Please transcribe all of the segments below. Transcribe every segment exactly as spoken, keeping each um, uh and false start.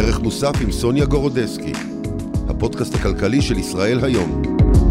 ערך מוסף עם סוניה גורודסקי, הפודקאסט הכלכלי של ישראל היום.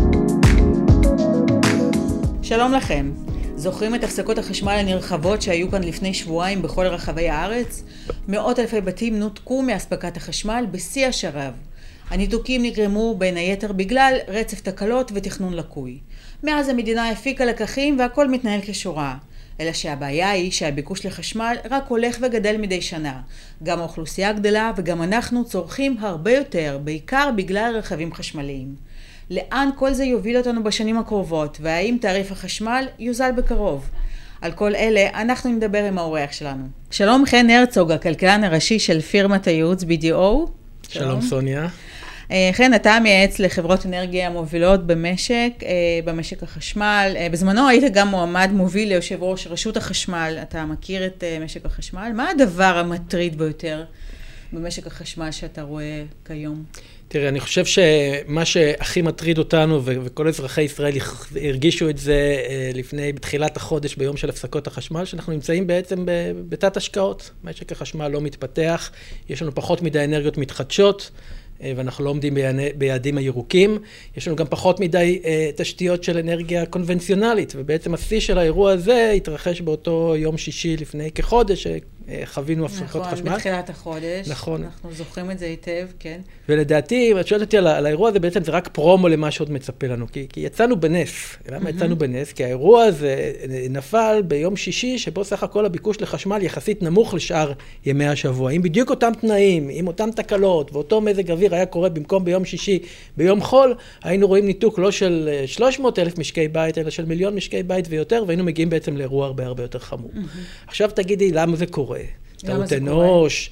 שלום לכם. זוכרים את הפסקות החשמל הנרחבות שהיו כאן לפני שבועיים בכל רחבי הארץ? מאות אלפי בתים נותקו מאספקת החשמל בשיא השרב. הניתוקים נגרמו בין היתר בגלל רצף תקלות ותכנון לקוי. מאז המדינה הפיקה לקחים והכל מתנהל כשורה. אלא שהבעיה היא שהביקוש לחשמל רק הולך וגדל מדי שנה. גם האוכלוסייה גדלה וגם אנחנו צורכים הרבה יותר, בעיקר בגלל רכבים חשמליים. לאן כל זה יוביל אותנו בשנים הקרובות, והאם תעריף החשמל יוזל בקרוב? על כל אלה אנחנו נדבר עם האורח שלנו. שלום חן הרצוג, הכלכלן הראשי של פירמת הייעוץ בי די או. שלום, שלום סוניה. חן, אתה מייעץ לחברות אנרגיה מובילות במשק, במשק החשמל. בזמנו היית גם מועמד מוביל ליושב ראש רשות החשמל. אתה מכיר את משק החשמל? מה הדבר המטריד ביותר במשק החשמל שאתה רואה כיום? תראה, אני חושב שמה שהכי מטריד אותנו, וכל אזרחי ישראל הרגישו את זה לפני, בתחילת החודש, ביום של הפסקות החשמל, שאנחנו נמצאים בעצם בתת השקעות. משק החשמל לא מתפתח, יש לנו פחות מדי אנרגיות מתחדשות, ואנחנו לא עומדים ביעדים הירוקים. יש לנו גם פחות מדי תשתיות של אנרגיה קונבנציונלית, ובעצם השיא של האירוע הזה התרחש באותו יום שישי לפני כחודש, חווינו הפסקות חשמל. נכון, בתחילת החודש. נכון. אנחנו זוכרים את זה היטב, כן. ולדעתי, את שואלת אותי על, על האירוע הזה, בעצם זה רק פרומו למה שעוד מצפה לנו, כי, כי יצאנו בנס. למה יצאנו בנס? כי האירוע הזה נפל ביום שישי, שבו סך הכל הביקוש לחשמל יחסית נמוך לשאר ימי השבוע. אם בדיוק אותם תנאים, עם אותם תקלות, ואותו מזג אוויר היה קורה במקום ביום שישי, ביום חול, היינו רואים ניתוק לא של שלוש מאות אלף משקי בית, אלא של מיליון משקי בית ויותר, והיינו מגיעים בעצם לאירוע הרבה הרבה יותר חמור. עכשיו תגידי, למה זה קורה? טעות אנוש,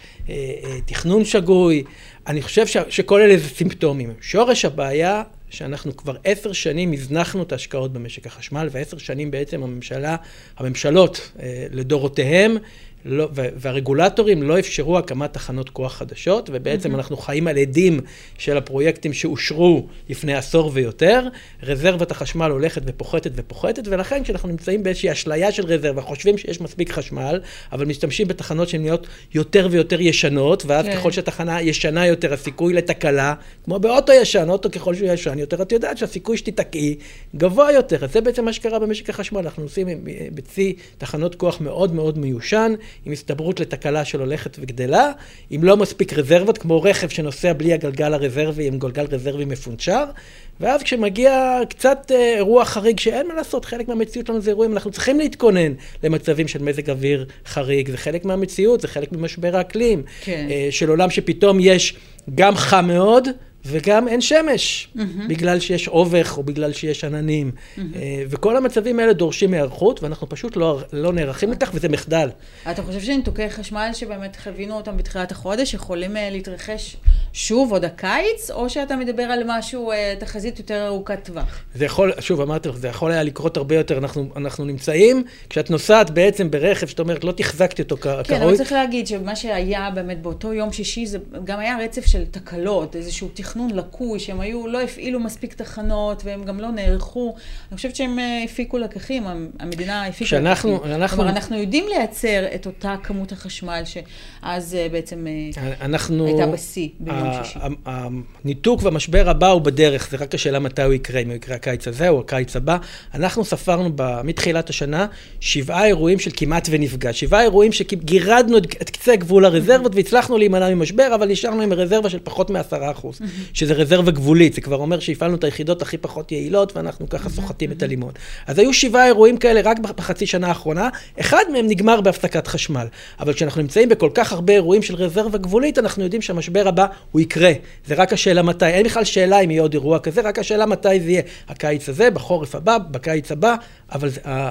תכנון שגוי. אני חושב שכל אלה זה סימפטומים. שורש הבעיה שאנחנו כבר עשר שנים הזנחנו את ההשקעות במשק החשמל, ועשר שנים בעצם הממשלה, הממשלות לדורותיהם, לא, והרגולטורים לא אפשרו הקמת תחנות כוח חדשות, ובעצם mm-hmm. אנחנו חיים על עדים של הפרויקטים שאושרו לפני עשור ויותר. רזרבת החשמל הולכת ופוחתת ופוחתת, ולכן כשאנחנו נמצאים באיזושהי אשליה של רזרבה, חושבים שיש מספיק חשמל, אבל משתמשים בתחנות שהן נהיות יותר ויותר ישנות, ואז כן. ככל שהתחנה ישנה יותר, הסיכוי לתקלה, כמו באוטו ישן, אוטו ככל שהוא ישן יותר, את יודעת שהסיכוי שתתקעי גבוה יותר. אז זה בעצם מה שקרה במשק החשמל. אנחנו עושים בצי תחנות כוח מאוד מאוד מיושן, עם הסתברות לתקלה של הולכת וגדלה, אם לא מספיק רזרבות, כמו רכב שנוסע בלי הגלגל הרזרבי, עם גלגל רזרבי מפונצ'ר, ואז כשמגיע קצת אירוע חריג שאין מה לעשות, חלק מהמציאות שלנו זה אירועים, אנחנו צריכים להתכונן למצבים של מזג אוויר חריג, זה חלק מהמציאות, זה חלק ממשבר האקלים, כן. של עולם שפתאום יש גם חם מאוד, וגם אין שמש, mm-hmm. בגלל שיש אובך או בגלל שיש עננים. Mm-hmm. וכל המצבים האלה דורשים היערכות, ואנחנו פשוט לא, לא נערכים לכך, וזה מחדל. אתה חושב שניתוקי חשמל שבאמת חווינו אותם בתחילת החודש, יכולים להתרחש שוב עוד הקיץ, או שאתה מדבר על משהו, תחזית יותר ארוכת טווח? זה יכול, שוב, אמרתי לך, זה יכול היה לקרות הרבה יותר. אנחנו, אנחנו נמצאים, כשאת נוסעת בעצם ברכב, שאת אומרת, לא תחזקתי אותו כראוי. כן, אבל צריך להגיד שמה שהיה באמת באותו יום שישי, זה גם היה רצף של תקלות, איזשהו תכנון לקוי, שהם היו, לא הפעילו מספיק תחנות, והם גם לא נערכו. אני חושבת שהם הפיקו לקחים, המדינה הפיקה שאנחנו, לקחים. אנחנו, כלומר, אנחנו יודעים לייצר את אותה כמות החשמל, שאז בעצם אנחנו, הייתה בשיא ביום שישי. הניתוק והמשבר הבא הוא בדרך, זה רק השאלה מתי הוא יקרה, אם הוא יקרה הקיץ הזה או הקיץ הבא. אנחנו ספרנו מתחילת השנה שבעה אירועים של כמעט ונפגע, שבעה אירועים שגירדנו את קצה גבול הרזרבות, והצלחנו להימנע ממשבר, אבל נשארנו עם רזרבה של פחות מ-עשרה אחוז. שזה רזרבה גבולית, זה כבר אומר שהפעלנו את היחידות הכי פחות יעילות, ואנחנו ככה סוחטים את הלימון. אז היו שבעה אירועים כאלה רק בחצי שנה האחרונה, אחד מהם נגמר בהפסקת חשמל. אבל כשאנחנו נמצאים בכל כך הרבה אירועים של רזרבה גבולית, אנחנו יודעים שהמשבר הבא הוא יקרה. זה רק השאלה מתי. אין בכלל שאלה אם יהיה עוד אירוע כזה, רק השאלה מתי זה יהיה. הקיץ הזה, בחורף הבא, בקיץ הבא, אבל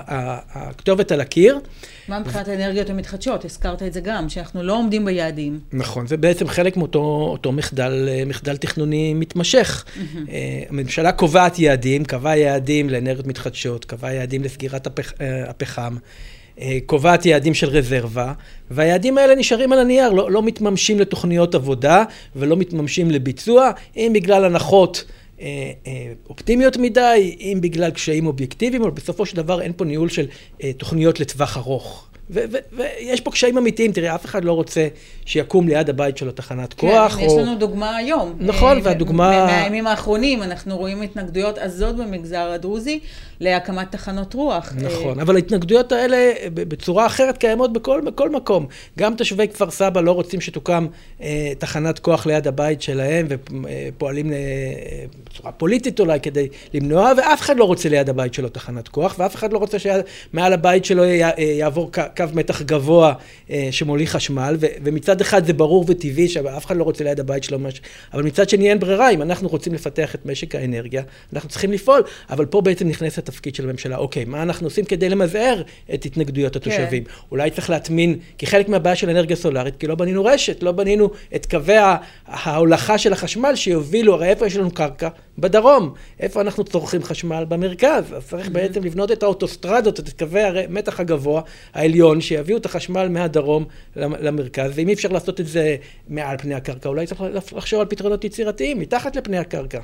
הכתובת על הקיר. מה מבחינת האנרגיות המתחדשות? הזכרת את זה גם, שאנחנו לא עומדים ביעדים. נכון, זה בעצם חלק מאותו אותו מחדל, מחדל תכנוני מתמשך. הממשלה קובעת יעדים, קבעה יעדים לאנרגיות מתחדשות, קבעה יעדים לסגירת הפח, הפחם, קובעת יעדים של רזרבה, והיעדים האלה נשארים על הנייר, לא, לא מתממשים לתוכניות עבודה, ולא מתממשים לביצוע, אם בגלל הנחות אופטימיות מדי, אם בגלל קשיים אובייקטיביים, אבל בסופו של דבר אין פה ניהול של תוכניות לטווח ארוך. ויש פה קשיים אמיתיים, תראה, אף אחד לא רוצה שיקום ליד הבית שלו תחנת כוח. כן, יש לנו דוגמה היום. נכון, והדוגמה... מהימים האחרונים אנחנו רואים התנגדויות עזות במגזר הדרוזי להקמת תחנות רוח. נכון, אבל ההתנגדויות האלה בצורה אחרת קיימות בכל, בכל מקום. גם תושבי כפר סבא לא רוצים שתוקם אה, תחנת כוח ליד הבית שלהם, ופועלים בצורה פוליטית אולי כדי למנוע, ואף אחד לא רוצה ליד הבית שלו תחנת כוח, ואף אחד לא רוצה שמעל הבית שלו יעבור קו מתח גבוה אה, שמוליך חשמל, ו, ומצד אחד זה ברור וטבעי שאף אחד לא רוצה ליד הבית שלו משהו, אבל מצד שני אין ברירה, אם אנחנו רוצים לפתח את משק האנרגיה, אנחנו צריכים לפעול, אבל פה בעצם נכנס התפקיד של הממשלה. אוקיי, מה אנחנו עושים כדי למזער את התנגדויות התושבים? כן. אולי צריך להטמין, כי חלק מהבעיה של אנרגיה סולארית, כי לא בנינו רשת, לא בנינו את קווי ההולכה של החשמל שיובילו, הרי איפה יש לנו קרקע? בדרום. איפה אנחנו צורכים חשמל? במרכז. אז צריך בעצם לבנות את האוטוסטרדות, את קווי המתח הגבוה, העליון, שיביאו את החשמל מהדרום למרכז, ואם אי אפשר לעשות את זה מעל פני הקרקע, אולי צריך לחשוב על פתרונות יצירתיים, מתחת לפני הקרקע.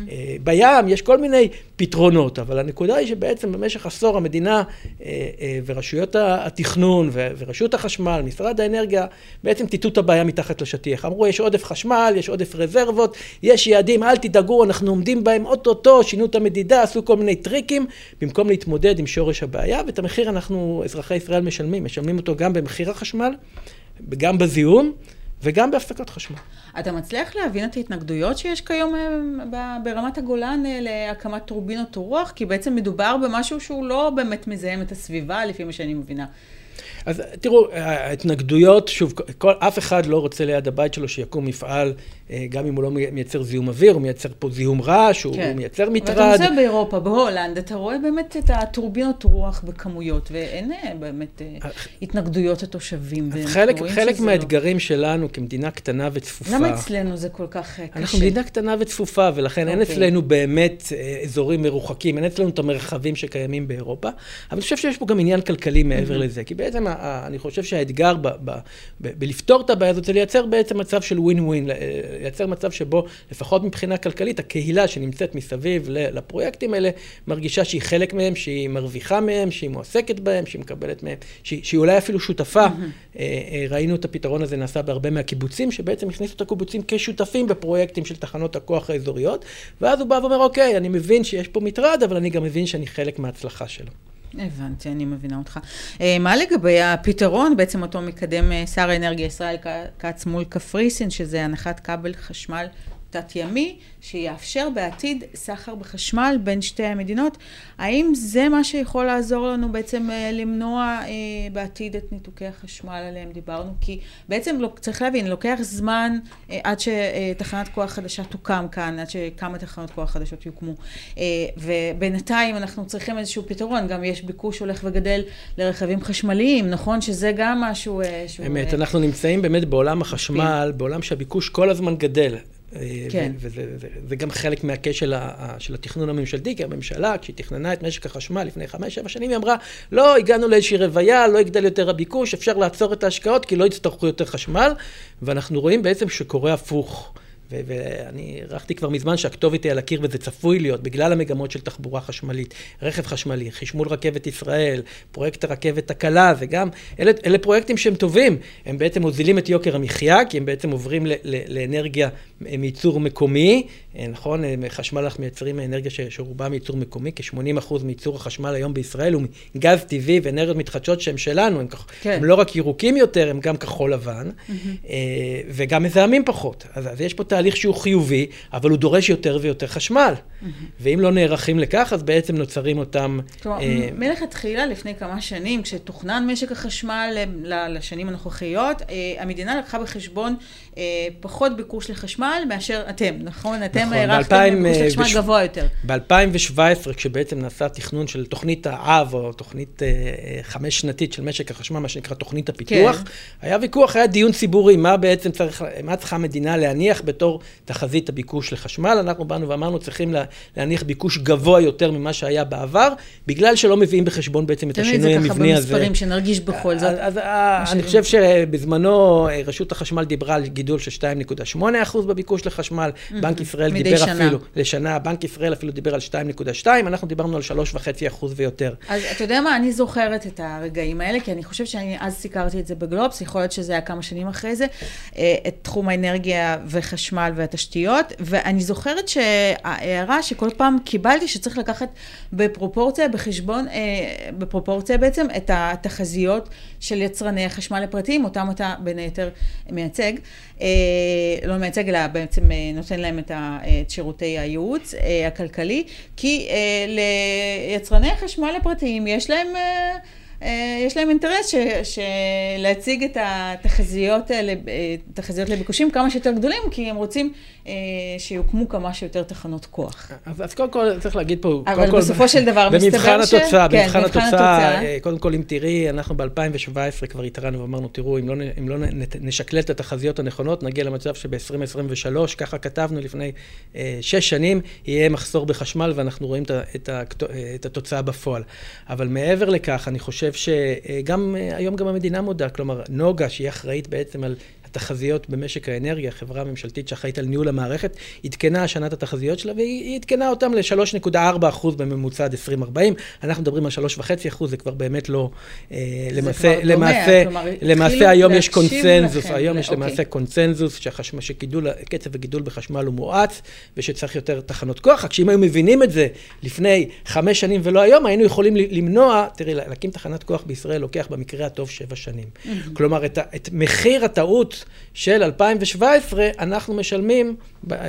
בים יש כל מיני פתרונות, אבל הנקודה היא שבעצם במשך עשור המדינה ורשויות התכנון ורשות החשמל, משרד האנרגיה, בעצם טיטו את הבעיה מתחת לשטיח. אמרו, יש עודף חשמל, יש עודף רזרבות, יש יעדים, אל תדאגו, אנחנו עומדים בהם אוטוטו, שינו את המדידה, עשו כל מיני טריקים, במקום להתמודד עם שורש הבעיה, ואת המחיר אנחנו, אזרחי ישראל, משלמים. משלמים אותו גם במחיר החשמל, גם בזיהום, וגם בהפסקת חשמל. אתה מצליח להבין את ההתנגדויות שיש כיום ברמת הגולן להקמת טורבינות רוח? כי בעצם מדובר במשהו שהוא לא באמת מזהם את הסביבה, לפי מה שאני מבינה. אז תראו, ההתנגדויות, שוב, כל, אף אחד לא רוצה ליד הבית שלו שיקום מפעל, גם אם הוא לא מייצר זיהום אוויר, הוא מייצר פה זיהום רעש, כן. הוא מייצר מטרד. ואתה נוסע באירופה, בהולנד, אתה רואה באמת את הטורבינות רוח בכמויות, ואין באמת התנגדויות התושבים. חלק, חלק מהאתגרים לא... שלנו כמדינה קטנה וצפופה. למה אצלנו זה כל כך קשה? אנחנו מדינה קטנה וצפופה, ולכן okay. אין אצלנו באמת אזורים מרוחקים, אין אצלנו את המרחבים שקיימים באירופה, אבל אני חושב שיש פה גם עניין כלכלי מעבר mm-hmm. לזה, כי בעצם אני חושב שהאתגר ב, ב, ב, בלפתור את הבעיה הזאת זה לייצר בעצם מצב של ווין ווין, לייצר מצב שבו לפחות מבחינה כלכלית הקהילה שנמצאת מסביב לפרויקטים האלה מרגישה שהיא חלק מהם, שהיא מרוויחה מהם, שהיא מועסקת בהם, שהיא מקבלת מהם, שהיא, שהיא אולי אפילו שותפה. Mm-hmm. ראינו את הפתרון הזה נעשה בהרבה מהקיבוצים, שבעצם הכניסו את הקיבוצים כשותפים בפרויקטים של תחנות הכוח האזוריות, ואז הוא בא ואומר, אוקיי, אני מבין שיש פה מטרד, אבל אני גם מבין שאני חלק מההצלחה שלו. הבנתי, אני מבינה אותך. מה לגבי הפתרון, בעצם אותו מקדם שר האנרגיה ישראל כץ מול קפריסין, שזה הנחת כבל חשמל תת-ימי, שיאפשר בעתיד סחר בחשמל בין שתי המדינות. האם זה מה שיכול לעזור לנו בעצם למנוע בעתיד את ניתוקי החשמל עליהם דיברנו? כי בעצם צריך להבין, לוקח זמן עד שתחנת כוח חדשה תוקם כאן, עד שכמה תחנות כוח חדשות יוקמו. ובינתיים אנחנו צריכים איזשהו פתרון, גם יש ביקוש הולך וגדל לרכבים חשמליים, נכון? שזה גם משהו... אמת, אנחנו נמצאים באמת בעולם החשמל, בעולם שהביקוש כל הזמן גדל. כן. וזה זה, זה גם חלק מהכשל של התכנון הממשלתי, כי הממשלה, כשהיא תכננה את משק החשמל לפני חמש, שבע שנים, היא אמרה, לא, הגענו לאיזושהי רוויה, לא יגדל יותר הביקוש, אפשר לעצור את ההשקעות, כי לא יצטרכו יותר חשמל, ואנחנו רואים בעצם שקורה הפוך. ו- ואני ערכתי כבר מזמן שהכתובת היא על הקיר וזה צפוי להיות בגלל המגמות של תחבורה חשמלית, רכב חשמלי, חשמול רכבת ישראל, פרויקט הרכבת הקלה, וגם אלה, אלה פרויקטים שהם טובים, הם בעצם מוזילים את יוקר המחיה, כי הם בעצם עוברים ל- ל- לאנרגיה מייצור מקומי, נכון? חשמל אנחנו מייצרים אנרגיה שרובה מייצור מקומי, כ-שמונים אחוז מייצור החשמל היום בישראל הוא גז טבעי ואנרגיות מתחדשות שהם שלנו, הם, כן. הם לא רק ירוקים יותר, הם גם כחול לבן, mm-hmm. וגם מזהמים פחות. אז, אז יש פה תהליך שהוא חיובי, אבל הוא דורש יותר ויותר חשמל. Mm-hmm. ואם לא נערכים לכך, אז בעצם נוצרים אותם... כלומר, אה... מלכתחילה לפני כמה שנים, כשתוכנן משק החשמל לשנים הנוכחיות, המדינה לקחה בחשבון פחות ביקוש לחשמל מאשר אתם, נכון? אתם הערכתם ביקוש לחשמל גבוה יותר. ב-אלפיים שבע עשרה, כשבעצם נעשה תכנון של תוכנית האב, או תוכנית חמש שנתית של משק החשמל, מה שנקרא תוכנית הפיתוח, היה ויכוח, היה דיון ציבורי, מה בעצם צריך, מה צריכה המדינה להניח בתוך בתור תחזית הביקוש לחשמל. אנחנו באנו ואמרנו, צריכים להניח ביקוש גבוה יותר ממה שהיה בעבר, בגלל שלא מביאים בחשבון בעצם את השינוי המבני הזה. תמיד זה ככה במספרים שנרגיש בכל זאת. אז אני חושב שבזמנו רשות החשמל דיברה על גידול של שתיים נקודה שמונה אחוז בביקוש לחשמל, בנק ישראל דיבר אפילו לשנה, בנק ישראל אפילו דיבר על שתיים נקודה שתיים, אנחנו דיברנו על שלוש נקודה חמש אחוז ויותר. אז אתה יודע מה, אני זוכרת את הרגעים האלה, כי אני חושב שאני אז סיקרתי את זה בגלובס, יכול להיות שזה היה כמה שנים אחרי זה, את תחום האנרגיה וחשמל והתשתיות, ואני זוכרת שההערה שכל פעם קיבלתי שצריך לקחת בפרופורציה, בחשבון, בפרופורציה בעצם, את התחזיות של יצרני החשמל לפרטיים, אותם אתה בין היתר מייצג, לא מייצג, אלא בעצם נותן להם את שירותי הייעוץ הכלכלי, כי ליצרני החשמל לפרטיים יש להם, יש להם אינטרס ש, ש, להציג את התחזיות האלה, תחזיות לביקושים כמה שיותר גדולים, כי הם רוצים שיוקמו כמה שיותר תחנות כוח. אז, אז קודם כל צריך להגיד פה, אבל קודם בסופו כל, של דבר מסתבר במבחן ש... התוצאה, כן, במבחן התוצאה, התוצאה, קודם כל אם תראי, אנחנו ב-אלפיים שבע עשרה כבר התראינו ואמרנו, תראו, אם לא, אם לא נשקלל את התחזיות הנכונות, נגיע למצב שב-עשרים עשרים ושלוש, ככה כתבנו לפני אה, שש שנים, יהיה מחסור בחשמל, ואנחנו רואים את, את, את התוצאה בפועל. אבל מעבר לכך, אני חושב שגם היום גם המדינה מודע, כלומר, נוגה, שהיא אחראית בעצם על תחזיות במשק האנרגיה, חברה ממשלתית שאחראית על ניהול המערכת, התקנה השנה את התחזיות שלה, והיא התקנה אותם ל-שלוש נקודה ארבע אחוז בממוצע עד עשרים ארבעים. אנחנו מדברים על שלוש נקודה חמש אחוז, זה כבר באמת לא... למעשה, למעשה, למעשה היום יש קונצנזוס, היום יש למעשה קונצנזוס שקצב הגידול בחשמל הוא מואץ, ושצריך יותר תחנות כוח. רק שאם היו מבינים את זה לפני חמש שנים ולא היום, היינו יכולים למנוע, תראי, להקים תחנת כוח בישראל לוקח במקרה הטוב שבע שנים. כלומר, את מחיר הטעות של אלפיים שבע עשרה אנחנו משלמים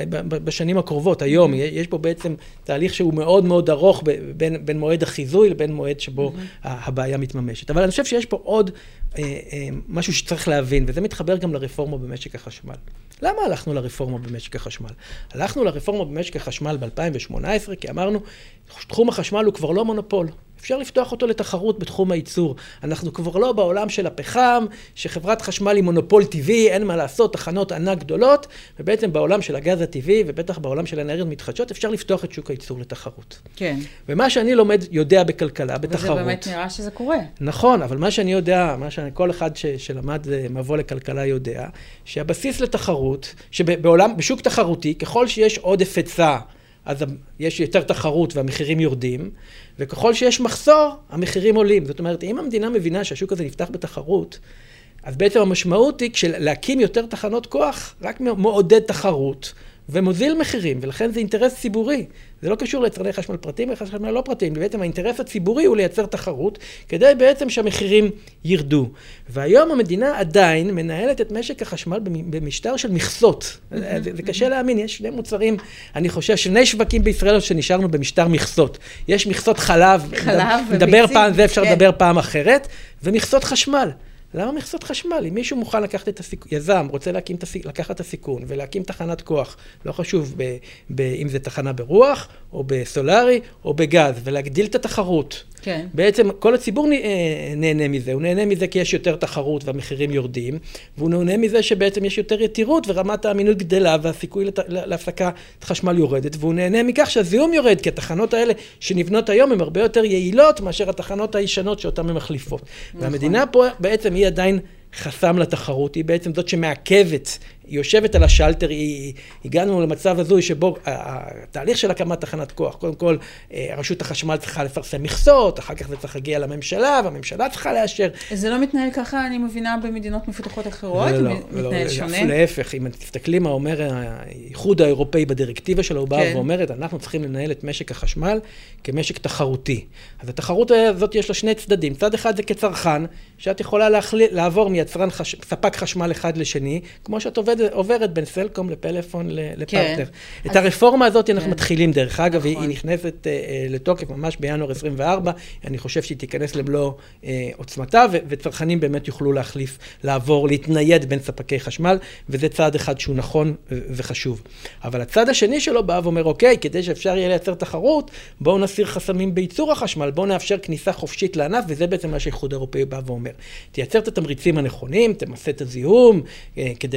בשנים הקרובות. היום יש פה בעצם תהליך שהוא מאוד מאוד ארוך בין, בין מועד החיזוי לבין מועד שבו הבעיה מתממשת. אבל אני חושב שיש פה עוד אה, אה, משהו שצריך להבין, וזה מתחבר גם לרפורמה במשק החשמל. למה הלכנו לרפורמה במשק החשמל? הלכנו לרפורמה במשק החשמל ב-אלפיים שמונה עשרה, כי אמרנו, תחום החשמל הוא כבר לא מונופול. אפשר לפתוח אותו לתחרות בתחום הייצור. אנחנו כבר לא בעולם של הפחם, שחברת חשמל היא מונופול טבעי, אין מה לעשות, תחנות ענק גדולות, ובעצם בעולם של הגז הטבעי, ובטח בעולם של האנרגיות מתחדשות, אפשר לפתוח את שוק הייצור לתחרות. כן. ומה שאני לומד, יודע בכלכלה, בתחרות. וזה באמת נראה שזה קורה. נכון, אבל מה שאני יודע, מה שכל אחד ש, שלמד מבוא לכלכלה יודע, שהבסיס לתחרות, שבעולם, בשוק תחרותי, ככל שיש עודף היצע, אז יש יותר תחרות והמחירים יורדים, וככל שיש מחסור, המחירים עולים. זאת אומרת, אם המדינה מבינה שהשוק הזה נפתח בתחרות, אז בעצם המשמעות היא, כשלהקים יותר תחנות כוח, רק מעודד תחרות, ומוזיל מחירים, ולכן זה אינטרס ציבורי. זה לא קשור ליצרני חשמל פרטיים, חשמל לא פרטיים. בעצם האינטרס הציבורי הוא לייצר תחרות, כדי בעצם שהמחירים ירדו. והיום המדינה עדיין מנהלת את משק החשמל במשטר של מכסות. זה, זה קשה להאמין, יש שני מוצרים, אני חושב, שני שווקים בישראל שנשארנו במשטר מכסות. יש מכסות חלב, חלב מדבר פעם, זה אפשר לדבר פעם אחרת, ומכסות חשמל. למה מכסות חשמל? אם מישהו מוכן לקחת את הסיכון, יזם רוצה להקים את הסיכון, לקחת את הסיכון ולהקים תחנת כוח, לא חשוב ב, ב, אם זה תחנה ברוח, או בסולרי, או בגז, ולהגדיל את התחרות. כן. בעצם כל הציבור נהנה מזה, הוא נהנה מזה כי יש יותר תחרות והמחירים יורדים, והוא נהנה מזה שבעצם יש יותר יתירות ורמת האמינות גדלה והסיכוי לת... להפסקת חשמל יורדת, והוא נהנה מכך שהזיהום יורד, כי התחנות האלה שנבנות היום הן הרבה יותר יעילות מאשר התחנות הישנות שאותן הן מחליפות. נכון. והמדינה פה בעצם היא עדיין חסם לתחרות, היא בעצם זאת שמעכבת, היא יושבת על השלטר, היא, הגענו למצב הזו שבו התהליך של הקמת תחנת כוח, קודם כל רשות החשמל צריכה לפרסם מכסות, אחר כך זה צריך להגיע לממשלה, והממשלה צריכה לאשר. זה לא מתנהל ככה, אני מבינה, במדינות מפותחות אחרות, לא, זה לא, מתנהל לא, שונה. להפך, אם תסתכלי מה אומר האיחוד האירופאי בדירקטיבה שלו, הוא בא כן. ואומרת, אנחנו צריכים לנהל את משק החשמל כמשק תחרותי. אז התחרות הזאת יש לה שני צדדים. צד אחד זה כצרכן, שאת יכולה להחליט, לעבור מיצרן חש... ספק חשמל אחד לשני, כמו שאת עובד, עוברת בין סלקום לפלאפון לפרטנר. כן. את הרפורמה הזאת אנחנו כן. מתחילים, דרך אגב, נכון. היא, היא נכנסת uh, לתוקף ממש בינואר עשרים וארבע, אני חושב שהיא תיכנס למלוא uh, עוצמתה, ו- וצרכנים באמת יוכלו להחליף, לעבור, להתנייד בין ספקי חשמל, וזה צעד אחד שהוא נכון ו- וחשוב. אבל הצד השני שלו בא ואומר, אוקיי, כדי שאפשר יהיה לייצר תחרות, בואו נסיר חסמים בייצור החשמל, בואו נאפשר כניסה חופשית לענף, וזה בעצם מה שהאיחוד האירופאי בא ואומר. תייצר את התמריצים הנכונים, תמסה את הזיהום, uh, כדי לעודד אנרגיה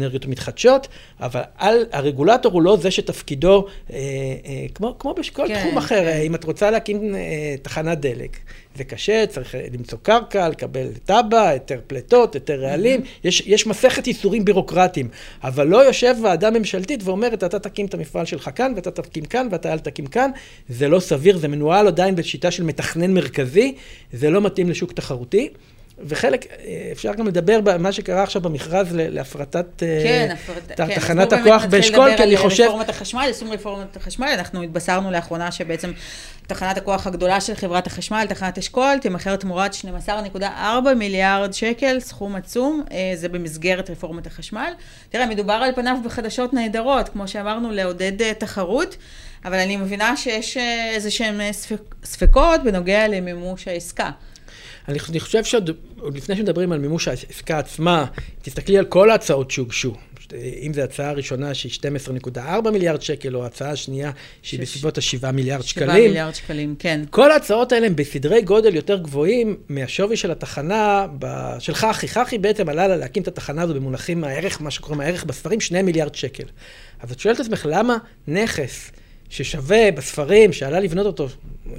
אנרגיות מתחדשות, אבל על, הרגולטור הוא לא זה שתפקידו, אה, אה, כמו, כמו בכל כן, תחום אחר, כן. אם את רוצה להקים אה, תחנת דלק, זה קשה, צריך למצוא קרקע, לקבל טאבה, יותר פלטות, יותר רעלים, mm-hmm. יש, יש מסכת ייסורים בירוקרטיים, אבל לא יושב ועדה ממשלתית ואומרת, אתה תקים את המפעל שלך כאן, ואתה תקים כאן, ואתה אל תקים כאן, זה לא סביר, זה מנוהל עדיין בשיטה של מתכנן מרכזי, זה לא מתאים לשוק תחרותי, וחלק, אפשר גם לדבר במה שקרה עכשיו במכרז להפרטת כן, תחנת הכוח באשכול, כי אני חושב... רפורמת החשמל, יישום רפורמת החשמל, אנחנו התבשרנו לאחרונה שבעצם תחנת הכוח הגדולה של חברת החשמל, תחנת אשכול, תמכר תמורת שנים עשר נקודה ארבע מיליארד שקל, סכום עצום, זה במסגרת רפורמת החשמל. תראה, מדובר על פניו בחדשות נהדרות, כמו שאמרנו, לעודד תחרות, אבל אני מבינה שיש איזה שהם ספקות בנוגע למימוש העסקה. אני חושב שעוד לפני שמדברים על מימוש העסקה עצמה, תסתכלי על כל ההצעות שהוגשו. אם זו הצעה הראשונה שהיא שתים עשרה נקודה ארבע מיליארד שקל, או הצעה השנייה שהיא בסביבות ה-שבעה מיליארד שקלים. שבעה מיליארד שקלים, כן. כל ההצעות האלה הם בסדרי גודל יותר גבוהים מהשווי של התחנה, של חכי. חכי בעצם עלה לה להקים את התחנה הזו במונחים מהערך, מה שקוראים הערך בספרים, שני מיליארד שקל. אז את שואלת עצמך, למה נכס ששווה בספרים, שעלה לבנות אותו,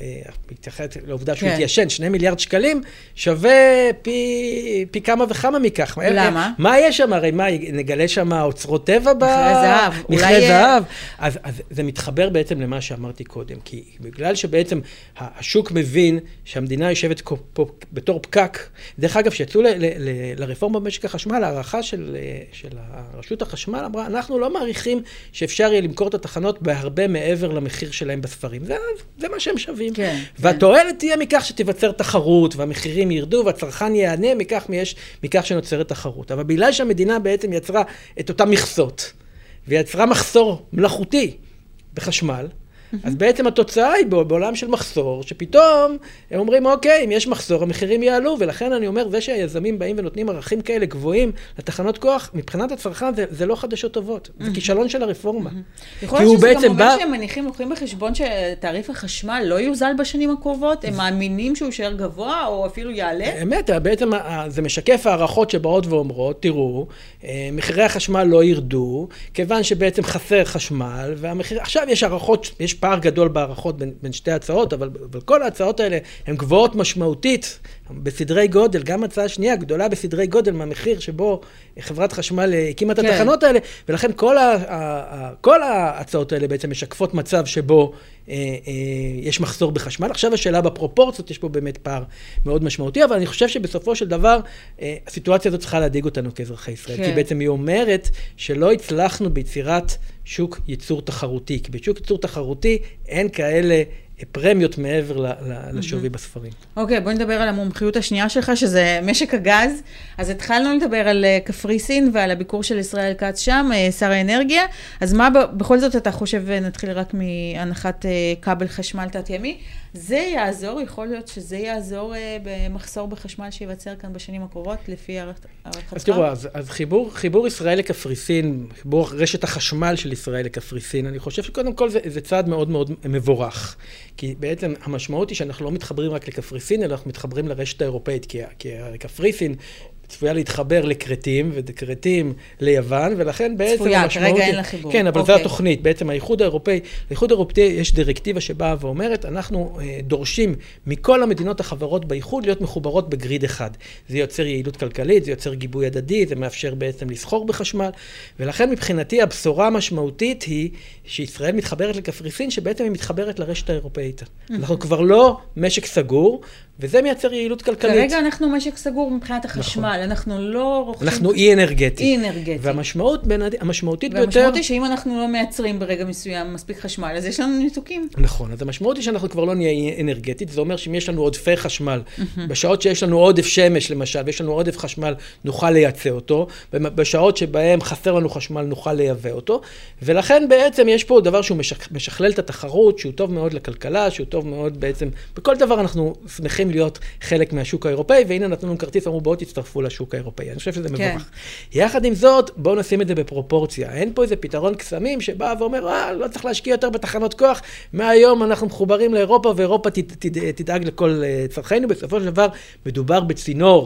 מתייחד לעובדה שהוא התיישן, שני מיליארד שקלים, שווה פי, פי כמה וכמה מכך. למה? מה יש שם? הרי מה, נגלה שם אוצרות טבע? מכרה זהב. מכרה זהב. אז, אז זה מתחבר בעצם למה שאמרתי קודם, כי בגלל שבעצם השוק מבין שהמדינה יושבת פה בתור פקק, דרך אגב, שיצאו ל, ל, ל, לרפורמה במשק החשמל, הערכה של, של הרשות החשמל אמרה, אנחנו לא מעריכים שאפשר יהיה למכור את התחנות בהרבה מעבר למחיר שלהם בספרים. זה, זה מה שהם שווים. כן, והתועלת כן. תהיה מכך שתיווצר תחרות, והמחירים ירדו, והצרכן יענה מכך, מיש, מכך שנוצרת תחרות. אבל בגלל שהמדינה בעצם יצרה את אותם מכסות, ויצרה מחסור מלאכותי בחשמל, אז בעצם התוצאה היא בעולם של מחסור, שפתאום הם אומרים, אוקיי, אם יש מחסור, המחירים יעלו, ולכן אני אומר, זה שהיזמים באים ונותנים ערכים כאלה גבוהים לתחנות כוח, מבחינת הצרכן זה, זה לא חדשות טובות, זה כישלון של הרפורמה. יכול להיות שזה גם אומר שהם מניחים, לוקחים בחשבון שתעריף החשמל לא יוזל בשנים הקרובות, הם מאמינים שהוא יישאר גבוה, או אפילו יעלה? אמת, בעצם זה משקף הערכות שבאות ואומרות, תראו, מחירי החשמל לא ירדו, כיוון שבעצם חסר חשמל, והמחיר, עכשיו יש הערכות, יש פער גדול בערכות בין, בין שתי הצעות, אבל, אבל כל ההצעות האלה הן גבוהות משמעותית בסדרי גודל, גם הצעה שנייה גדולה בסדרי גודל מהמחיר שבו חברת חשמל הקימה את התחנות האלה, ולכן כל, ה, ה, ה, כל ההצעות האלה בעצם משקפות מצב שבו אה, אה, יש מחסור בחשמל. עכשיו השאלה בפרופורציות, יש פה באמת פער מאוד משמעותי, אבל אני חושב שבסופו של דבר אה, הסיטואציה הזאת צריכה להדאיג אותנו כאזרחי ישראל, כן. כי בעצם היא אומרת שלא הצלחנו ביצירת שוק ייצור תחרותי, כי בשוק ייצור תחרותי אין כאלה פרמיות מעבר לשווי בספרים. אוקיי, בואי נדבר על המומחיות השנייה שלך, שזה משק הגז. אז התחלנו לדבר על קפריסין ועל הביקור של ישראל כץ שם, שר האנרגיה. אז מה בכל זאת אתה חושב, נתחיל רק מהנחת כבל חשמל תת ימי, זה יעזור, יכול להיות שזה יעזור במחסור בחשמל שיווצר כאן בשנים הקרובות, לפי הערכתך? אז תראו, אז, אז חיבור, חיבור ישראל לקפריסין, חיבור רשת החשמל של ישראל לקפריסין, אני חושב שקודם כל זה, זה צעד מאוד מאוד מבורך. כי בעצם המשמעות היא שאנחנו לא מתחברים רק לקפריסין, אלא אנחנו מתחברים לרשת האירופאית, כי, כי קפריסין צפויה להתחבר לקרטים, וקרטים ליוון, ולכן בעצם צפויה, המשמעות... כרגע אין לה חיבור. כן, אבל אוקיי. זו התוכנית. בעצם האיחוד האירופאי, לאיחוד האירופאי יש דירקטיבה שבאה ואומרת, אנחנו אה, דורשים מכל המדינות החברות באיחוד להיות מחוברות בגריד אחד. זה יוצר יעילות כלכלית, זה יוצר גיבוי הדדי, זה מאפשר בעצם לסחור בחשמל, ולכן מבחינתי הבשורה המשמעותית היא שישראל מתחברת לקפריסין, שבעצם היא מתחברת לרשת האירופאית. אנחנו כבר לא משק סגור, וזה מייצר יעילות כלכלית. כרגע אנחנו משק סגור מבחינת החשמל, נכון. אנחנו לא רוכשים... אנחנו אי אנרגטי. אי אנרגטי. והמשמעות, המשמעותית ביותר... והמשמעות היא שאם אנחנו לא מייצרים ברגע מסוים מספיק חשמל, אז יש לנו ניתוקים. נכון, אז המשמעות היא שאנחנו כבר לא נהיה אי אנרגטית, זה אומר שאם יש לנו עודפי חשמל, בשעות שיש לנו עודף שמש למשל, ויש לנו עודף חשמל, נוכל לייצא אותו, ובשעות שבהם חסר לנו חשמל, נוכל לייבא אותו, ולכן בעצם יש פה דבר שהוא משכלל את התחרות, שהוא טוב מאוד לכלכלה, שהוא טוב מאוד בעצם, בכל דבר אנחנו שמחים להיות חלק מהשוק האירופאי, והנה נתנו לנו כרטיס, אמרו בואו תצטרפו לשוק האירופאי. אני חושב שזה מבורך. כן. יחד עם זאת, בואו נשים את זה בפרופורציה. אין פה איזה פתרון קסמים שבא ואומר, אה, לא צריך להשקיע יותר בתחנות כוח, מהיום אנחנו מחוברים לאירופה, ואירופה תד, תד, תדאג לכל צרכינו. בסופו של דבר, מדובר בצינור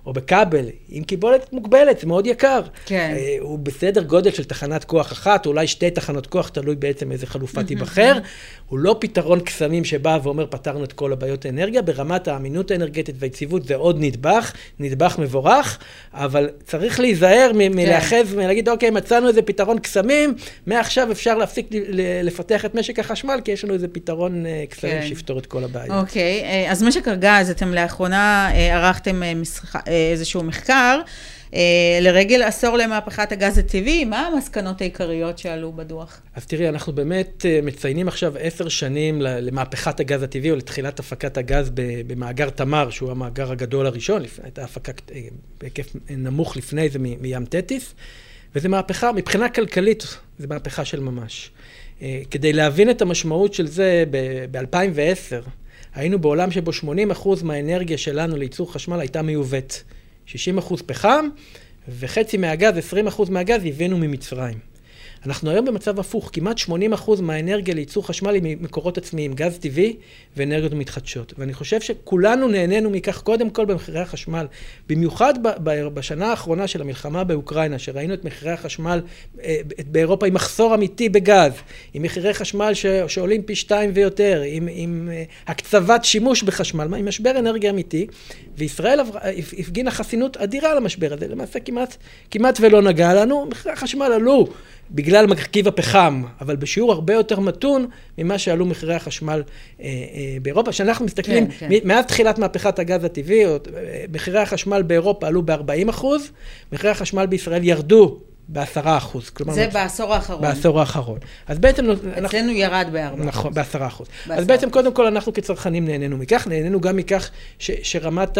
או בכבל, עם קיבולת מוגבלת, זה מאוד יקר. כן. הוא בסדר גודל של תחנת כוח אחת, אולי שתי תחנות כוח, תלוי בעצם איזה חלופה תיבחר. הוא לא פתרון קסמים שבא ואומר, פתרנו את כל הבעיות האנרגיה, ברמת האמינות האנרגטית והיציבות זה עוד נדבך, נדבך מבורך, אבל צריך להיזהר מלאחז, מלהגיד, אוקיי, מצאנו איזה פתרון קסמים, מעכשיו אפשר להפסיק לפתח את משק החשמל, כי יש לנו איזה פתרון קסמים שיפתור את כל הבעיות. אוקיי, אז משק הגז, אתם לאחרונה ערכתם איזשהו מחקר, לרגל עשור למהפכת הגז הטבעי, מה המסקנות העיקריות שעלו בדוח? אז תראי, אנחנו באמת מציינים עכשיו עשר שנים למהפכת הגז הטבעי, או לתחילת הפקת הגז במאגר תמר, שהוא המאגר הגדול הראשון, הייתה הפקה בהיקף נמוך לפני זה מים תטיס, וזו מהפכה, מבחינה כלכלית, זו מהפכה של ממש. כדי להבין את המשמעות של זה, ב-אלפיים ועשר, היינו בעולם שבו שמונים אחוז מהאנרגיה שלנו לייצור חשמל הייתה מיובאת. שישים אחוז פחם, וחצי מהגז, עשרים אחוז מהגז, הבאנו ממצרים. אנחנו היום במצב הפוך, כמעט שמונים אחוז מהאנרגיה לייצור חשמל היא ממקורות עצמיים, גז טבעי ואנרגיות מתחדשות. ואני חושב שכולנו נהנינו מכך קודם כל במחירי החשמל, במיוחד בשנה האחרונה של המלחמה באוקראינה, שראינו את מחירי החשמל באירופה עם מחסור אמיתי בגז, עם מחירי חשמל שעולים פי שתיים ויותר, עם, עם הקצבת שימוש בחשמל, עם משבר אנרגיה אמיתי, וישראל הפגינה חסינות אדירה למשבר הזה, למעשה כמעט, כמעט ולא נגע לנו, מחירי החשמל עלו בגלל מרכיב הפחם, אבל בשיעור הרבה יותר מתון ממה שעלו מחירי החשמל אה, אה, באירופה. כשאנחנו מסתכלים, כן, כן. מאז תחילת מהפכת הגז הטבעי, מחירי החשמל באירופה עלו ב-ארבעים אחוז, מחירי החשמל בישראל ירדו ב-עשרה אחוז. זה בעשור האחרון. בעשור האחרון. אז בעצם... אצלנו אנחנו, ירד ב-ארבעה אחוז. נכון, ב-עשרה אחוז. אז בעצם קודם כל אנחנו כצרכנים נהנינו מכך, נהנינו גם מכך ש, שרמת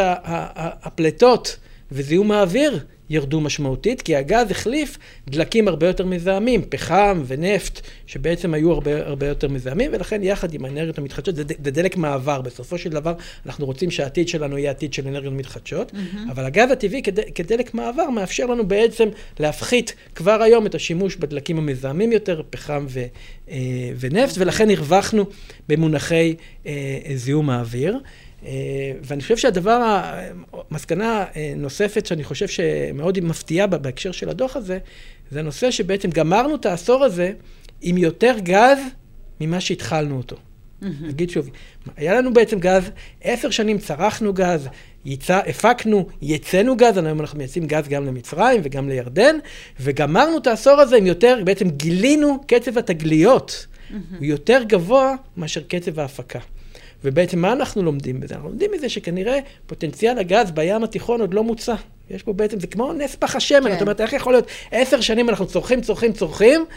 הפלטות וזיהום האוויר ירדו משמעותית, כי הגז החליף דלקים הרבה יותר מזהמים, פחם ונפט, שבעצם היו הרבה, הרבה יותר מזהמים, ולכן יחד עם האנרגיות המתחדשות, זה, זה דלק מעבר. בסופו של דבר, אנחנו רוצים שהעתיד שלנו יהיה עתיד של אנרגיות מתחדשות, mm-hmm. אבל הגז הטבעי כד, כדלק מעבר מאפשר לנו בעצם להפחית כבר היום את השימוש בדלקים המזהמים יותר, פחם ו, אה, ונפט, ולכן הרווחנו במונחי אה, זיהום האוויר. ואני חושב שהדבר, המסקנה נוספת שאני חושב שמאוד מפתיעה בהקשר של הדוח הזה, זה הנושא שבעצם גמרנו את העשור הזה עם יותר גז ממה שהתחלנו אותו. נגיד שוב, היה לנו בעצם גז, עשר שנים צרכנו גז, יצא, הפקנו, יצאנו גז, היום אנחנו מייצאים גז גם למצרים וגם לירדן, וגמרנו את העשור הזה עם יותר, בעצם גילינו קצב התגליות, הוא יותר גבוה מאשר קצב ההפקה. ובעצם מה אנחנו לומדים בזה? אנחנו לומדים מזה שכנראה פוטנציאל הגז בים התיכון עוד לא מוצא. יש פה בעצם, זה כמו נס פח השמן, זאת אומרת, איך יכול להיות עשר שנים אנחנו צורכים, צורכים, צורכים,